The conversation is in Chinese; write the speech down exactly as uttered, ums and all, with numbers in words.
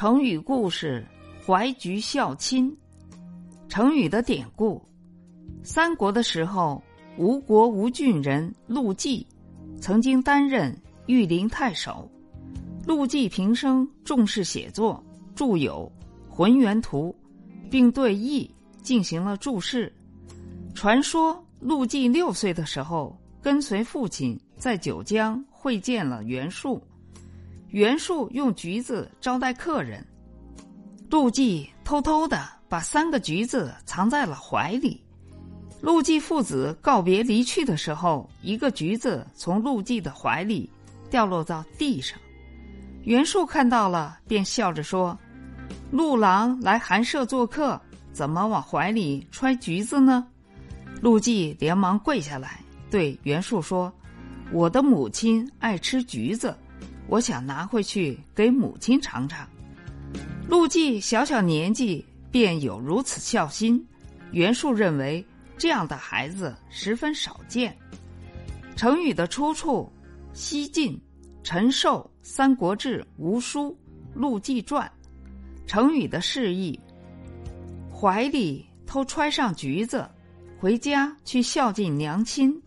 成语故事怀橘孝亲。成语的典故：三国的时候，吴国吴郡人陆绩曾经担任御林太守。陆绩平生重视写作，著有《浑元图》，并对易进行了注释。传说陆绩六岁的时候，跟随父亲在九江会见了袁术。袁术用橘子招待客人，陆绩偷偷地把三个橘子藏在了怀里。陆绩父子告别离去的时候，一个橘子从陆绩的怀里掉落到地上。袁术看到了，便笑着说：陆郎来寒舍做客，怎么往怀里揣橘子呢？陆绩连忙跪下来对袁术说：我的母亲爱吃橘子，我想拿回去给母亲尝尝。陆绩小小年纪便有如此孝心，袁术认为这样的孩子十分少见。成语的出处：西晋陈寿《三国志·吴书·陆绩传》。成语的释义：怀里偷揣上橘子，回家去孝敬娘亲。